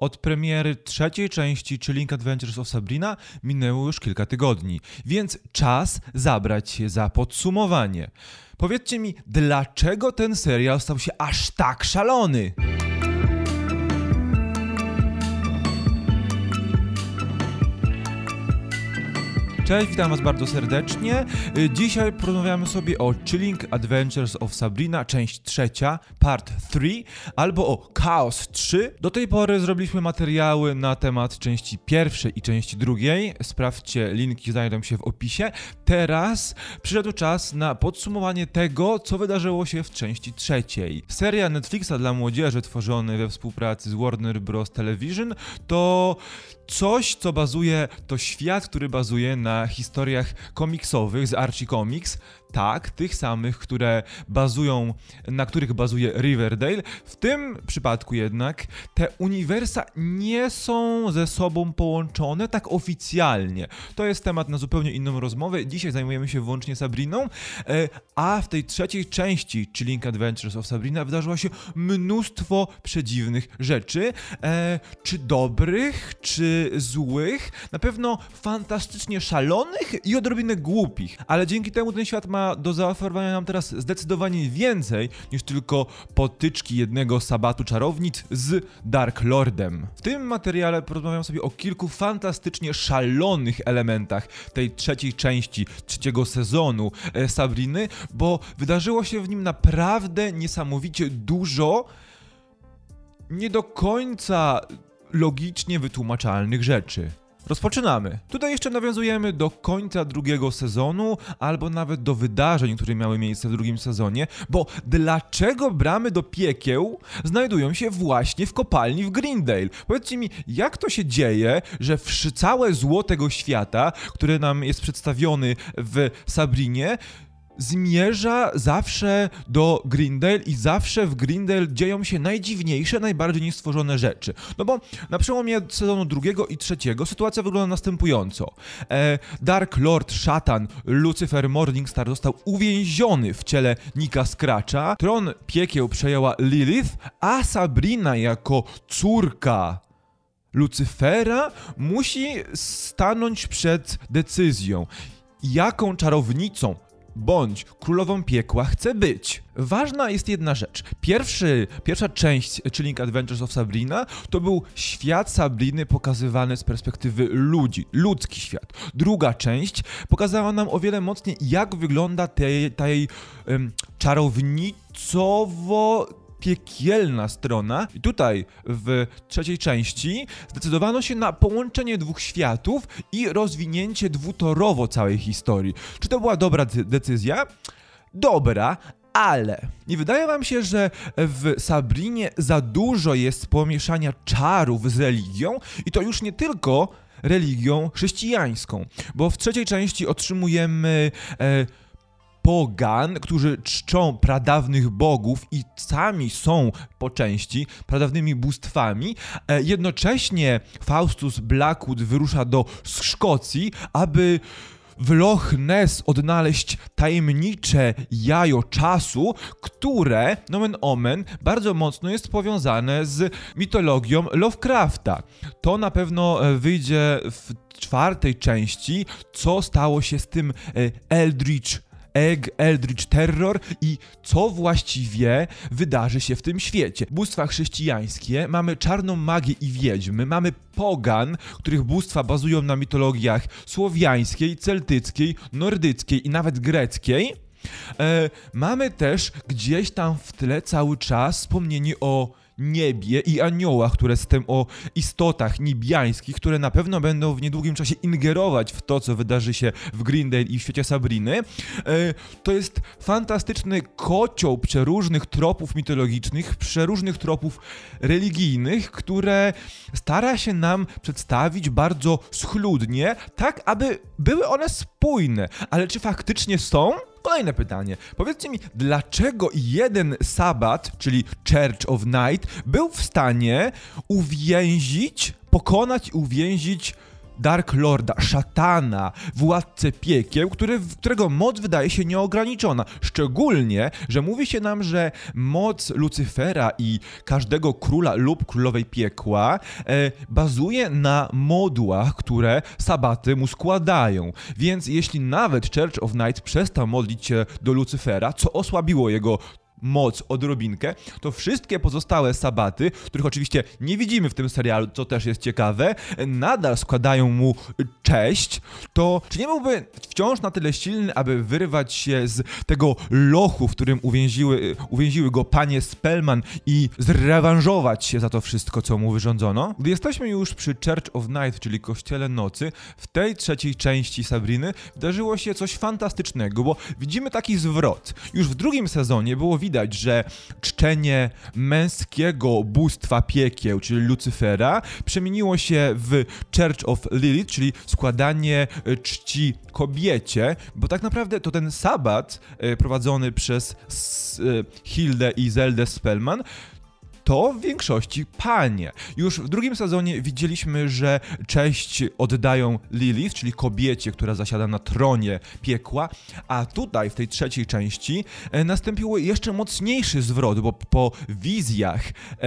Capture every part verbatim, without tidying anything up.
Od premiery trzeciej części Chilling Adventures of Sabrina minęło już kilka tygodni, więc czas zabrać się za podsumowanie. Powiedzcie mi, dlaczego ten serial stał się aż tak szalony? Cześć, witam was bardzo serdecznie. Dzisiaj porozmawiamy sobie o Chilling Adventures of Sabrina, część trzecia, part trzy, albo o Chaos trzy. Do tej pory zrobiliśmy materiały na temat części pierwszej i części drugiej. Sprawdźcie, linki znajdą się w opisie. Teraz przyszedł czas na podsumowanie tego, co wydarzyło się w części trzeciej. Seria Netflixa dla młodzieży tworzony we współpracy z Warner Bros. Television to coś, co bazuje, to świat, który bazuje na historiach komiksowych z Archie Comics. Tak, tych samych, które bazują, na których bazuje Riverdale. W tym przypadku jednak te uniwersa nie są ze sobą połączone tak oficjalnie. To jest temat na zupełnie inną rozmowę. Dzisiaj zajmujemy się wyłącznie Sabriną, a w tej trzeciej części Chilling Adventures of Sabrina wydarzyło się mnóstwo przedziwnych rzeczy. Czy dobrych, czy złych, na pewno fantastycznie szalonych i odrobinę głupich. Ale dzięki temu ten świat ma do zaoferowania nam teraz zdecydowanie więcej niż tylko potyczki jednego sabatu czarownic z Dark Lordem. W tym materiale porozmawiam sobie o kilku fantastycznie szalonych elementach tej trzeciej części, trzeciego sezonu e, Sabriny, bo wydarzyło się w nim naprawdę niesamowicie dużo nie do końca logicznie wytłumaczalnych rzeczy. Rozpoczynamy. Tutaj jeszcze nawiązujemy do końca drugiego sezonu, albo nawet do wydarzeń, które miały miejsce w drugim sezonie, bo dlaczego bramy do piekieł znajdują się właśnie w kopalni w Greendale? Powiedzcie mi, jak to się dzieje, że całe zło tego świata, które nam jest przedstawiony w Sabrinie, zmierza zawsze do Greendale i zawsze w Greendale dzieją się najdziwniejsze, najbardziej niestworzone rzeczy. No bo na przełomie sezonu drugiego i trzeciego sytuacja wygląda następująco. E, Dark Lord, szatan, Lucifer Morningstar został uwięziony w ciele Nicka Scratcha, tron piekieł przejęła Lilith, a Sabrina jako córka Lucifera musi stanąć przed decyzją, jaką czarownicą bądź królową piekła chce być. Ważna jest jedna rzecz. Pierwszy, pierwsza część Chilling Adventures of Sabrina to był świat Sabriny pokazywany z perspektywy ludzi, ludzki świat. Druga część pokazała nam o wiele mocniej, jak wygląda tej, tej um, czarownicowo piekielna strona. I tutaj w trzeciej części zdecydowano się na połączenie dwóch światów i rozwinięcie dwutorowo całej historii. Czy to była dobra de- decyzja? Dobra, ale nie wydaje wam się, że w Sabrinie za dużo jest pomieszania czarów z religią i to już nie tylko religią chrześcijańską, bo w trzeciej części otrzymujemy e, pogan, którzy czczą pradawnych bogów i sami są po części pradawnymi bóstwami. E, jednocześnie Faustus Blackwood wyrusza do Szkocji, aby w Loch Ness odnaleźć tajemnicze jajo czasu, które, nomen omen, bardzo mocno jest powiązane z mitologią Lovecrafta. To na pewno wyjdzie w czwartej części, co stało się z tym Eldritch Egg, Eldritch Terror i co właściwie wydarzy się w tym świecie. Bóstwa chrześcijańskie, mamy czarną magię i wiedźmy, mamy pogan, których bóstwa bazują na mitologiach słowiańskiej, celtyckiej, nordyckiej i nawet greckiej. E, mamy też gdzieś tam w tle cały czas wspomnienie o niebie i aniołach, które z tym o istotach niebiańskich, które na pewno będą w niedługim czasie ingerować w to, co wydarzy się w Greendale i w świecie Sabriny. E, to jest fantastyczny kocioł przeróżnych tropów mitologicznych, przeróżnych tropów religijnych, które stara się nam przedstawić bardzo schludnie, tak aby były one spójne. Ale czy faktycznie są? Kolejne pytanie. Powiedzcie mi, dlaczego jeden sabat, czyli Church of Night, był w stanie uwięzić, pokonać i uwięzić Dark Lorda, szatana, władcę piekieł, który, którego moc wydaje się nieograniczona. Szczególnie, że mówi się nam, że moc Lucyfera i każdego króla lub królowej piekła e, bazuje na modłach, które sabaty mu składają. Więc jeśli nawet Church of Night przestał modlić się do Lucyfera, co osłabiło jego moc odrobinkę, to wszystkie pozostałe sabaty, których oczywiście nie widzimy w tym serialu, co też jest ciekawe, nadal składają mu cześć, to czy nie byłby wciąż na tyle silny, aby wyrwać się z tego lochu, w którym uwięziły, uwięziły go panie Spellman i zrewanżować się za to wszystko, co mu wyrządzono? Gdy jesteśmy już przy Church of Night, czyli Kościele Nocy, w tej trzeciej części Sabriny wydarzyło się coś fantastycznego, bo widzimy taki zwrot. Już w drugim sezonie było widać, Widać, że czczenie męskiego bóstwa piekieł, czyli Lucyfera, przemieniło się w Church of Lilith, czyli składanie czci kobiecie, bo tak naprawdę to ten sabat e, prowadzony przez s, e, Hildę i Zeldę Spellman to w większości panie. Już w drugim sezonie widzieliśmy, że cześć oddają Lilith, czyli kobiecie, która zasiada na tronie piekła, a tutaj w tej trzeciej części e, nastąpił jeszcze mocniejszy zwrot, bo po wizjach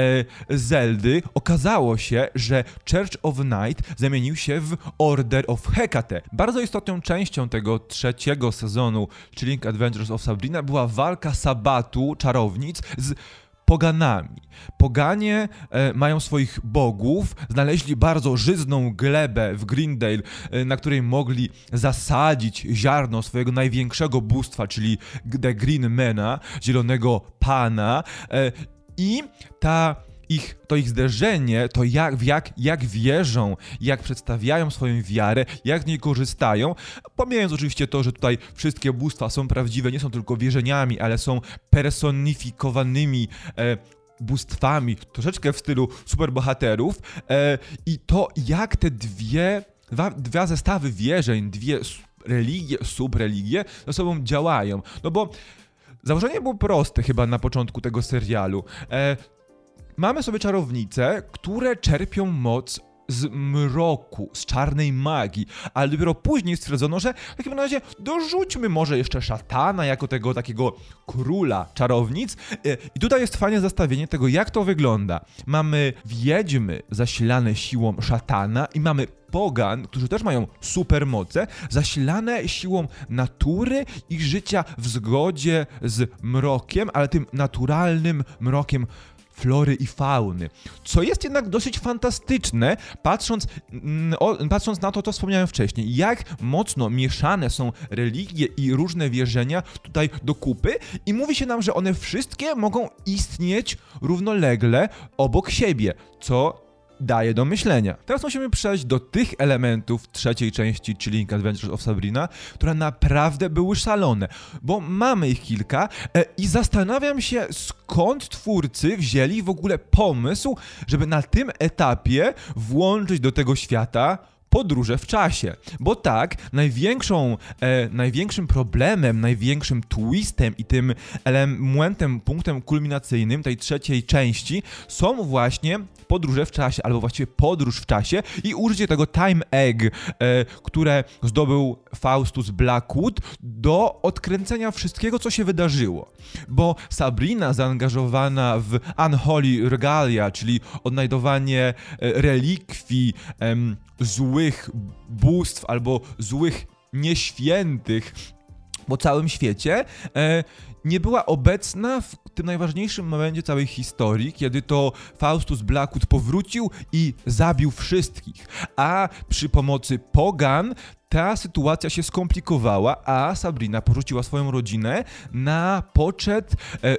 e, Zeldy okazało się, że Church of Night zamienił się w Order of Hecate. Bardzo istotną częścią tego trzeciego sezonu Chilling Adventures of Sabrina była walka sabatu czarownic z poganami. Poganie e, mają swoich bogów, znaleźli bardzo żyzną glebę w Greendale, e, na której mogli zasadzić ziarno swojego największego bóstwa, czyli The Green Mana, Zielonego Pana, e, i ta Ich, to ich zderzenie, to jak, jak, jak wierzą, jak przedstawiają swoją wiarę, jak z niej korzystają, pomijając oczywiście to, że tutaj wszystkie bóstwa są prawdziwe, nie są tylko wierzeniami, ale są personifikowanymi e, bóstwami, troszeczkę w stylu superbohaterów, e, i to jak te dwie, dwa, dwa zestawy wierzeń, dwie religie, subreligie ze sobą działają. No bo założenie było proste chyba na początku tego serialu. E, Mamy sobie czarownice, które czerpią moc z mroku, z czarnej magii, ale dopiero później stwierdzono, że w takim razie dorzućmy może jeszcze szatana jako tego takiego króla czarownic. I tutaj jest fajne zestawienie tego, jak to wygląda. Mamy wiedźmy zasilane siłą szatana i mamy pogan, którzy też mają supermoce, zasilane siłą natury i życia w zgodzie z mrokiem, ale tym naturalnym mrokiem flory i fauny, co jest jednak dosyć fantastyczne, patrząc, o, patrząc na to, co wspomniałem wcześniej, jak mocno mieszane są religie i różne wierzenia tutaj do kupy i mówi się nam, że one wszystkie mogą istnieć równolegle obok siebie, co daje do myślenia. Teraz musimy przejść do tych elementów trzeciej części Chilling Adventures of Sabrina, które naprawdę były szalone, bo mamy ich kilka e, i zastanawiam się, skąd twórcy wzięli w ogóle pomysł, żeby na tym etapie włączyć do tego świata podróże w czasie. Bo tak, największą, e, największym problemem, największym twistem i tym elementem, punktem kulminacyjnym tej trzeciej części są właśnie podróże w czasie, albo właściwie podróż w czasie i użycie tego Time Egg, e, które zdobył Faustus Blackwood do odkręcenia wszystkiego, co się wydarzyło. Bo Sabrina zaangażowana w Unholy Regalia, czyli odnajdowanie e, relikwii em, złych bóstw albo złych nieświętych po całym świecie, e, nie była obecna w tym najważniejszym momencie całej historii, kiedy to Faustus Blackwood powrócił i zabił wszystkich. A przy pomocy pogan ta sytuacja się skomplikowała, a Sabrina porzuciła swoją rodzinę na poczet e,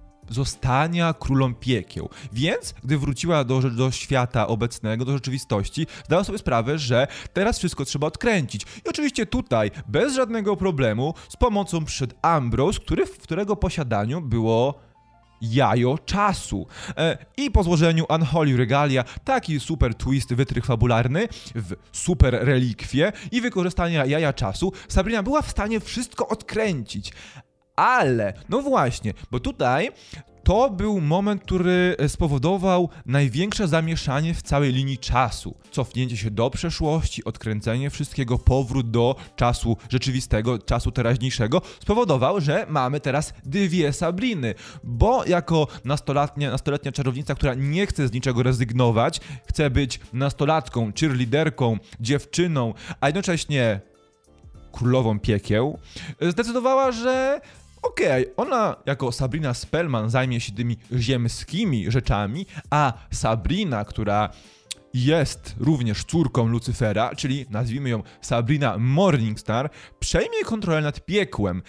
zostania królą piekieł. Więc, gdy wróciła do, do świata obecnego, do rzeczywistości, zdała sobie sprawę, że teraz wszystko trzeba odkręcić. I oczywiście tutaj, bez żadnego problemu, z pomocą przyszedł Ambrose, który, w którego posiadaniu było jajo czasu. E, I po złożeniu Unholy Regalia, taki super twist, wytrych fabularny w super relikwie i wykorzystania jaja czasu, Sabrina była w stanie wszystko odkręcić. Ale, no właśnie, bo tutaj to był moment, który spowodował największe zamieszanie w całej linii czasu. Cofnięcie się do przeszłości, odkręcenie wszystkiego, powrót do czasu rzeczywistego, czasu teraźniejszego spowodował, że mamy teraz dwie Sabriny, bo jako nastolatnia, nastoletnia czarownica, która nie chce z niczego rezygnować, chce być nastolatką, cheerleaderką, dziewczyną, a jednocześnie królową piekieł, zdecydowała, że okej, okay, ona jako Sabrina Spellman zajmie się tymi ziemskimi rzeczami, a Sabrina, która jest również córką Lucyfera, czyli nazwijmy ją Sabrina Morningstar, przejmie kontrolę nad piekłem.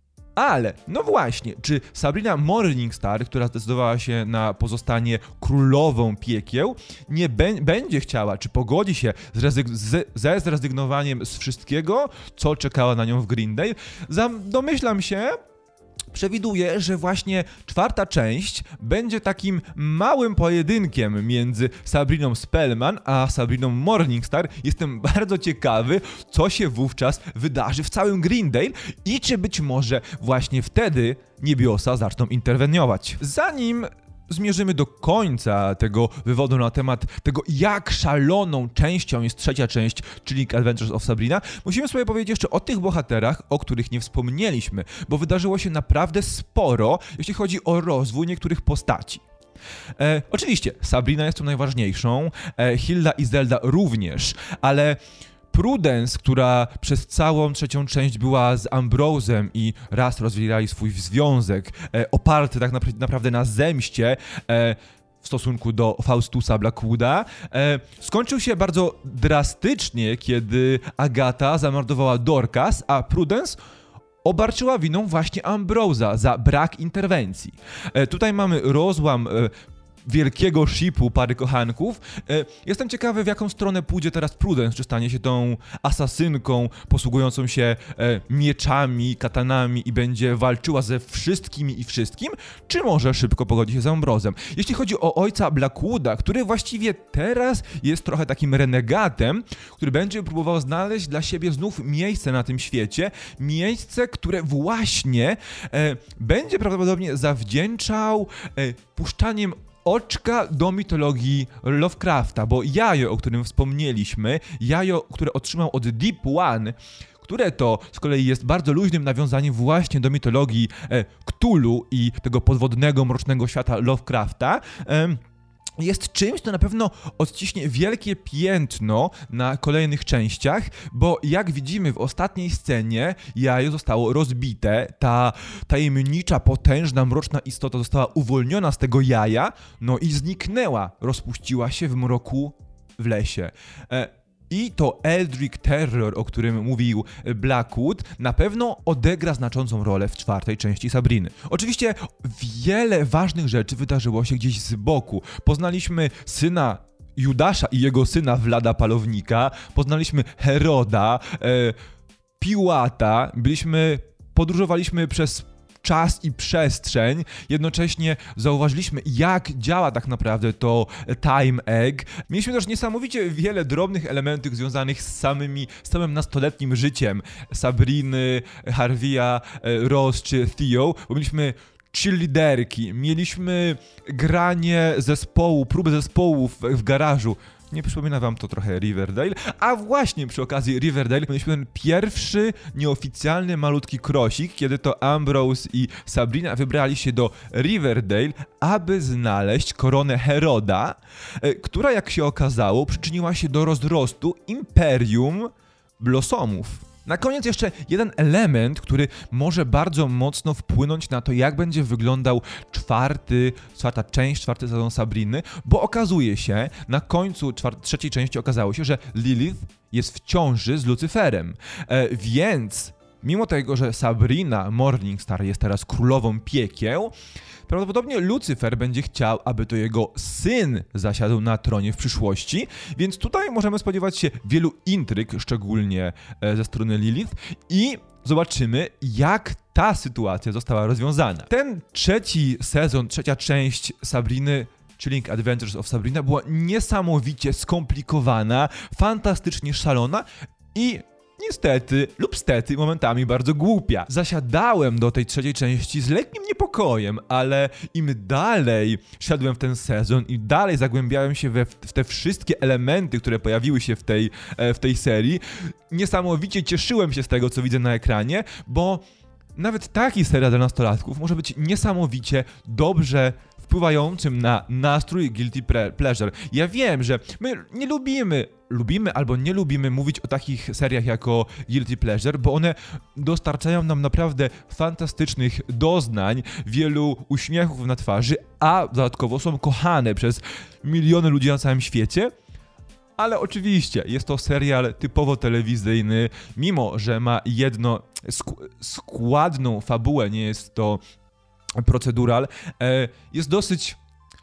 Ale, no właśnie, czy Sabrina Morningstar, która zdecydowała się na pozostanie królową piekieł, nie be- będzie chciała, czy pogodzi się zrezyg- z- ze zrezygnowaniem z wszystkiego, co czekało na nią w Greendale? Zam- domyślam się, przewiduję, że właśnie czwarta część będzie takim małym pojedynkiem między Sabriną Spellman a Sabriną Morningstar. Jestem bardzo ciekawy, co się wówczas wydarzy w całym Greendale i czy być może właśnie wtedy niebiosa zaczną interweniować. Zanim zmierzymy do końca tego wywodu na temat tego, jak szaloną częścią jest trzecia część Chilling Adventures of Sabrina, musimy sobie powiedzieć jeszcze o tych bohaterach, o których nie wspomnieliśmy, bo wydarzyło się naprawdę sporo, jeśli chodzi o rozwój niektórych postaci. E, oczywiście, Sabrina jest tu najważniejszą, e, Hilda i Zelda również, ale Prudence, która przez całą trzecią część była z Ambrose'em i raz rozwijali swój związek, e, oparty tak napra- naprawdę na zemście, e, w stosunku do Faustusa Blackwooda, e, skończył się bardzo drastycznie, kiedy Agata zamordowała Dorcas, a Prudence obarczyła winą właśnie Ambrose'a za brak interwencji. E, tutaj mamy rozłam e, wielkiego shipu pary kochanków. E, jestem ciekawy, w jaką stronę pójdzie teraz Prudence, czy stanie się tą asasynką posługującą się e, mieczami, katanami i będzie walczyła ze wszystkimi i wszystkim, czy może szybko pogodzi się z Ambrose'em. Jeśli chodzi o ojca Blackwooda, który właściwie teraz jest trochę takim renegatem, który będzie próbował znaleźć dla siebie znów miejsce na tym świecie, miejsce, które właśnie e, będzie prawdopodobnie zawdzięczał e, puszczaniem oczka do mitologii Lovecrafta, bo jajo, o którym wspomnieliśmy, jajo, które otrzymał od Deep One, które to z kolei jest bardzo luźnym nawiązaniem właśnie do mitologii e, Cthulhu i tego podwodnego, mrocznego świata Lovecrafta, e, jest czymś, co na pewno odciśnie wielkie piętno na kolejnych częściach, bo jak widzimy w ostatniej scenie, jajo zostało rozbite, ta tajemnicza, potężna, mroczna istota została uwolniona z tego jaja, no i zniknęła, rozpuściła się w mroku w lesie. E I to Eldritch Terror, o którym mówił Blackwood, na pewno odegra znaczącą rolę w czwartej części Sabriny. Oczywiście wiele ważnych rzeczy wydarzyło się gdzieś z boku. Poznaliśmy syna Judasza i jego syna Vlada Palownika, poznaliśmy Heroda, e, Piłata, byliśmy, podróżowaliśmy przez czas i przestrzeń, jednocześnie zauważyliśmy, jak działa tak naprawdę to Time Egg. Mieliśmy też niesamowicie wiele drobnych elementów związanych z samymi, z samym nastoletnim życiem Sabriny, Harvey'a, Rose czy Theo, bo mieliśmy cheerleaderki, mieliśmy granie zespołu, próbę zespołów w garażu. Nie przypomina wam to trochę Riverdale? A właśnie przy okazji Riverdale mieliśmy ten pierwszy nieoficjalny malutki krosik, kiedy to Ambrose i Sabrina wybrali się do Riverdale, aby znaleźć koronę Heroda, która, jak się okazało, przyczyniła się do rozrostu Imperium Blossomów. Na koniec jeszcze jeden element, który może bardzo mocno wpłynąć na to, jak będzie wyglądał czwarty, czwarta część, czwarty sezon Sabriny, bo okazuje się, na końcu czwart- trzeciej części okazało się, że Lilith jest w ciąży z Lucyferem, e, więc mimo tego, że Sabrina Morningstar jest teraz królową piekieł, prawdopodobnie Lucyfer będzie chciał, aby to jego syn zasiadł na tronie w przyszłości, więc tutaj możemy spodziewać się wielu intryg, szczególnie ze strony Lilith, i zobaczymy, jak ta sytuacja została rozwiązana. Ten trzeci sezon, trzecia część Sabriny, Chilling Adventures of Sabrina, była niesamowicie skomplikowana, fantastycznie szalona i niestety lub stety momentami bardzo głupia. Zasiadałem do tej trzeciej części z lekkim niepokojem, ale im dalej szedłem w ten sezon i dalej zagłębiałem się we, w te wszystkie elementy, które pojawiły się w tej, w tej serii, niesamowicie cieszyłem się z tego, co widzę na ekranie, bo nawet taki serial dla nastolatków może być niesamowicie dobrze wpływającym na nastrój guilty pleasure. Ja wiem, że my nie lubimy, lubimy albo nie lubimy mówić o takich seriach jako guilty pleasure, bo one dostarczają nam naprawdę fantastycznych doznań, wielu uśmiechów na twarzy, a dodatkowo są kochane przez miliony ludzi na całym świecie. Ale oczywiście jest to serial typowo telewizyjny, mimo że ma jedno sk- składną fabułę, nie jest to procedural, e, jest dosyć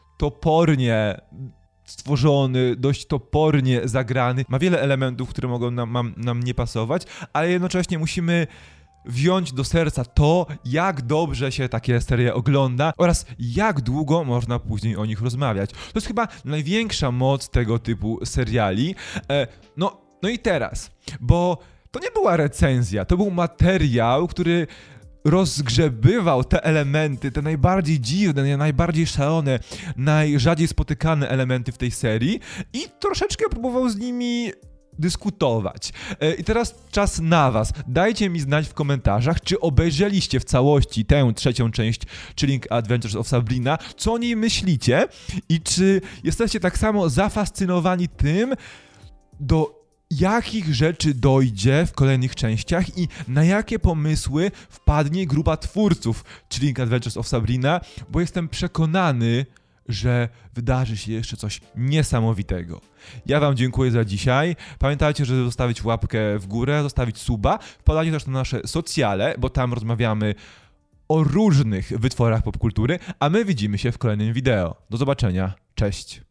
topornie stworzony, dość topornie zagrany, ma wiele elementów, które mogą nam, nam, nam nie pasować, ale jednocześnie musimy wziąć do serca to, jak dobrze się takie serie ogląda oraz jak długo można później o nich rozmawiać. To jest chyba największa moc tego typu seriali. E, no, no i teraz, bo to nie była recenzja, to był materiał, który rozgrzebywał te elementy, te najbardziej dziwne, najbardziej szalone, najrzadziej spotykane elementy w tej serii i troszeczkę próbował z nimi dyskutować. I teraz czas na was. Dajcie mi znać w komentarzach, czy obejrzeliście w całości tę trzecią część Chilling Adventures of Sabrina, co o niej myślicie i czy jesteście tak samo zafascynowani tym, do jakich rzeczy dojdzie w kolejnych częściach i na jakie pomysły wpadnie grupa twórców Chilling Adventures of Sabrina, bo jestem przekonany, że wydarzy się jeszcze coś niesamowitego. Ja wam dziękuję za dzisiaj. Pamiętajcie, żeby zostawić łapkę w górę, zostawić suba. Wpadajcie też na nasze socjale, bo tam rozmawiamy o różnych wytworach popkultury, a my widzimy się w kolejnym wideo. Do zobaczenia. Cześć.